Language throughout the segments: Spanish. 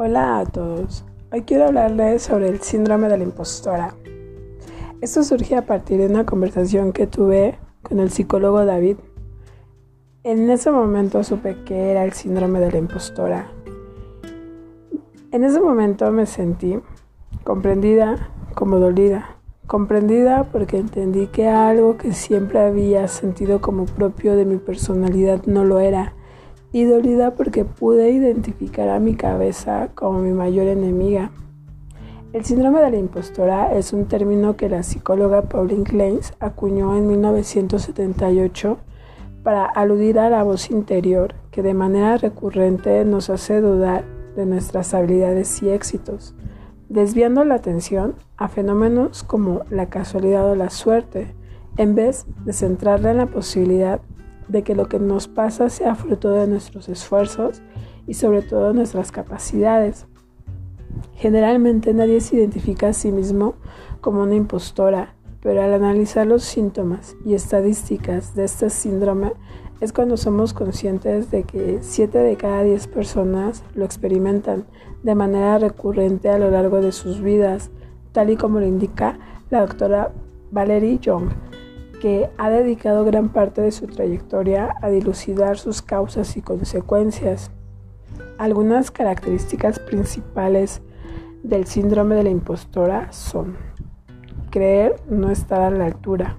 Hola a todos. Hoy quiero hablarles sobre el síndrome de la impostora. Esto surge a partir de una conversación que tuve con el psicólogo David. En ese momento supe que era el síndrome de la impostora. En ese momento me sentí comprendida como dolida. Comprendida porque entendí que algo que siempre había sentido como propio de mi personalidad no lo era. Y dolida porque pude identificar a mi cabeza como mi mayor enemiga. El síndrome de la impostora es un término que la psicóloga Pauline Clance acuñó en 1978 para aludir a la voz interior que de manera recurrente nos hace dudar de nuestras habilidades y éxitos, desviando la atención a fenómenos como la casualidad o la suerte, en vez de centrarla en la posibilidad de que lo que nos pasa sea fruto de nuestros esfuerzos y sobre todo de nuestras capacidades. Generalmente nadie se identifica a sí mismo como una impostora, pero al analizar los síntomas y estadísticas de este síndrome es cuando somos conscientes de que 7 de cada 10 personas lo experimentan de manera recurrente a lo largo de sus vidas, tal y como lo indica la doctora Valerie Young, que ha dedicado gran parte de su trayectoria a dilucidar sus causas y consecuencias. Algunas características principales del síndrome de la impostora son: creer no estar a la altura,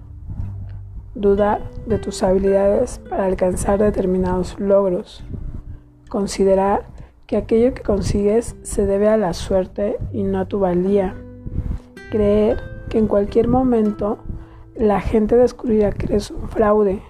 dudar de tus habilidades para alcanzar determinados logros, considerar que aquello que consigues se debe a la suerte y no a tu valía, creer que en cualquier momento la gente descubrirá que eres un fraude,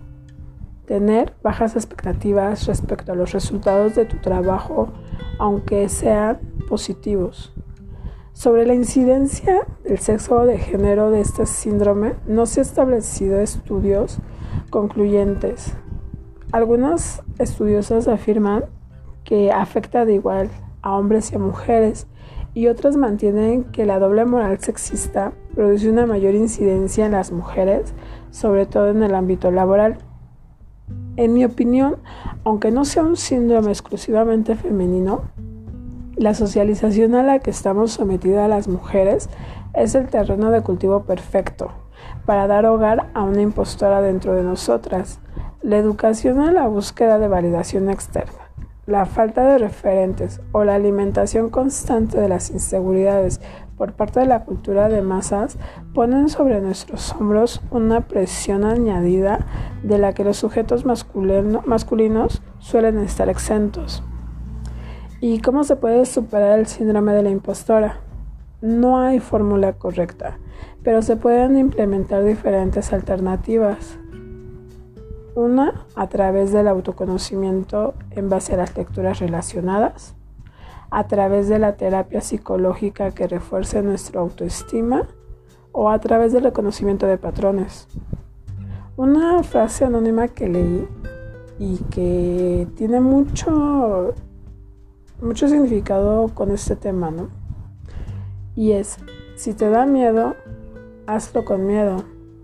tener bajas expectativas respecto a los resultados de tu trabajo, aunque sean positivos. Sobre la incidencia del sexo o de género de este síndrome, no se han establecido estudios concluyentes. Algunos estudiosos afirman que afecta de igual a hombres y a mujeres, y otras mantienen que la doble moral sexista produce una mayor incidencia en las mujeres, sobre todo en el ámbito laboral. En mi opinión, aunque no sea un síndrome exclusivamente femenino, la socialización a la que estamos sometidas las mujeres es el terreno de cultivo perfecto para dar hogar a una impostora dentro de nosotras. La educación a la búsqueda de validación externa, la falta de referentes o la alimentación constante de las inseguridades por parte de la cultura de masas ponen sobre nuestros hombros una presión añadida de la que los sujetos masculinos suelen estar exentos. ¿Y cómo se puede superar el síndrome de la impostora? No hay fórmula correcta, pero se pueden implementar diferentes alternativas. Una, a través del autoconocimiento en base a las lecturas relacionadas, a través de la terapia psicológica que refuerce nuestra autoestima o a través del reconocimiento de patrones. Una frase anónima que leí y que tiene mucho significado con este tema, ¿no? Y es: si te da miedo, hazlo con miedo.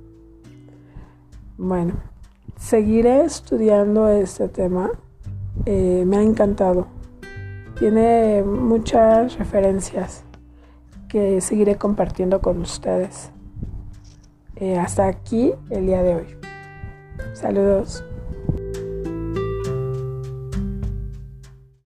Bueno, seguiré estudiando este tema, me ha encantado. Tiene muchas referencias que seguiré compartiendo con ustedes. Hasta aquí el día de hoy. Saludos.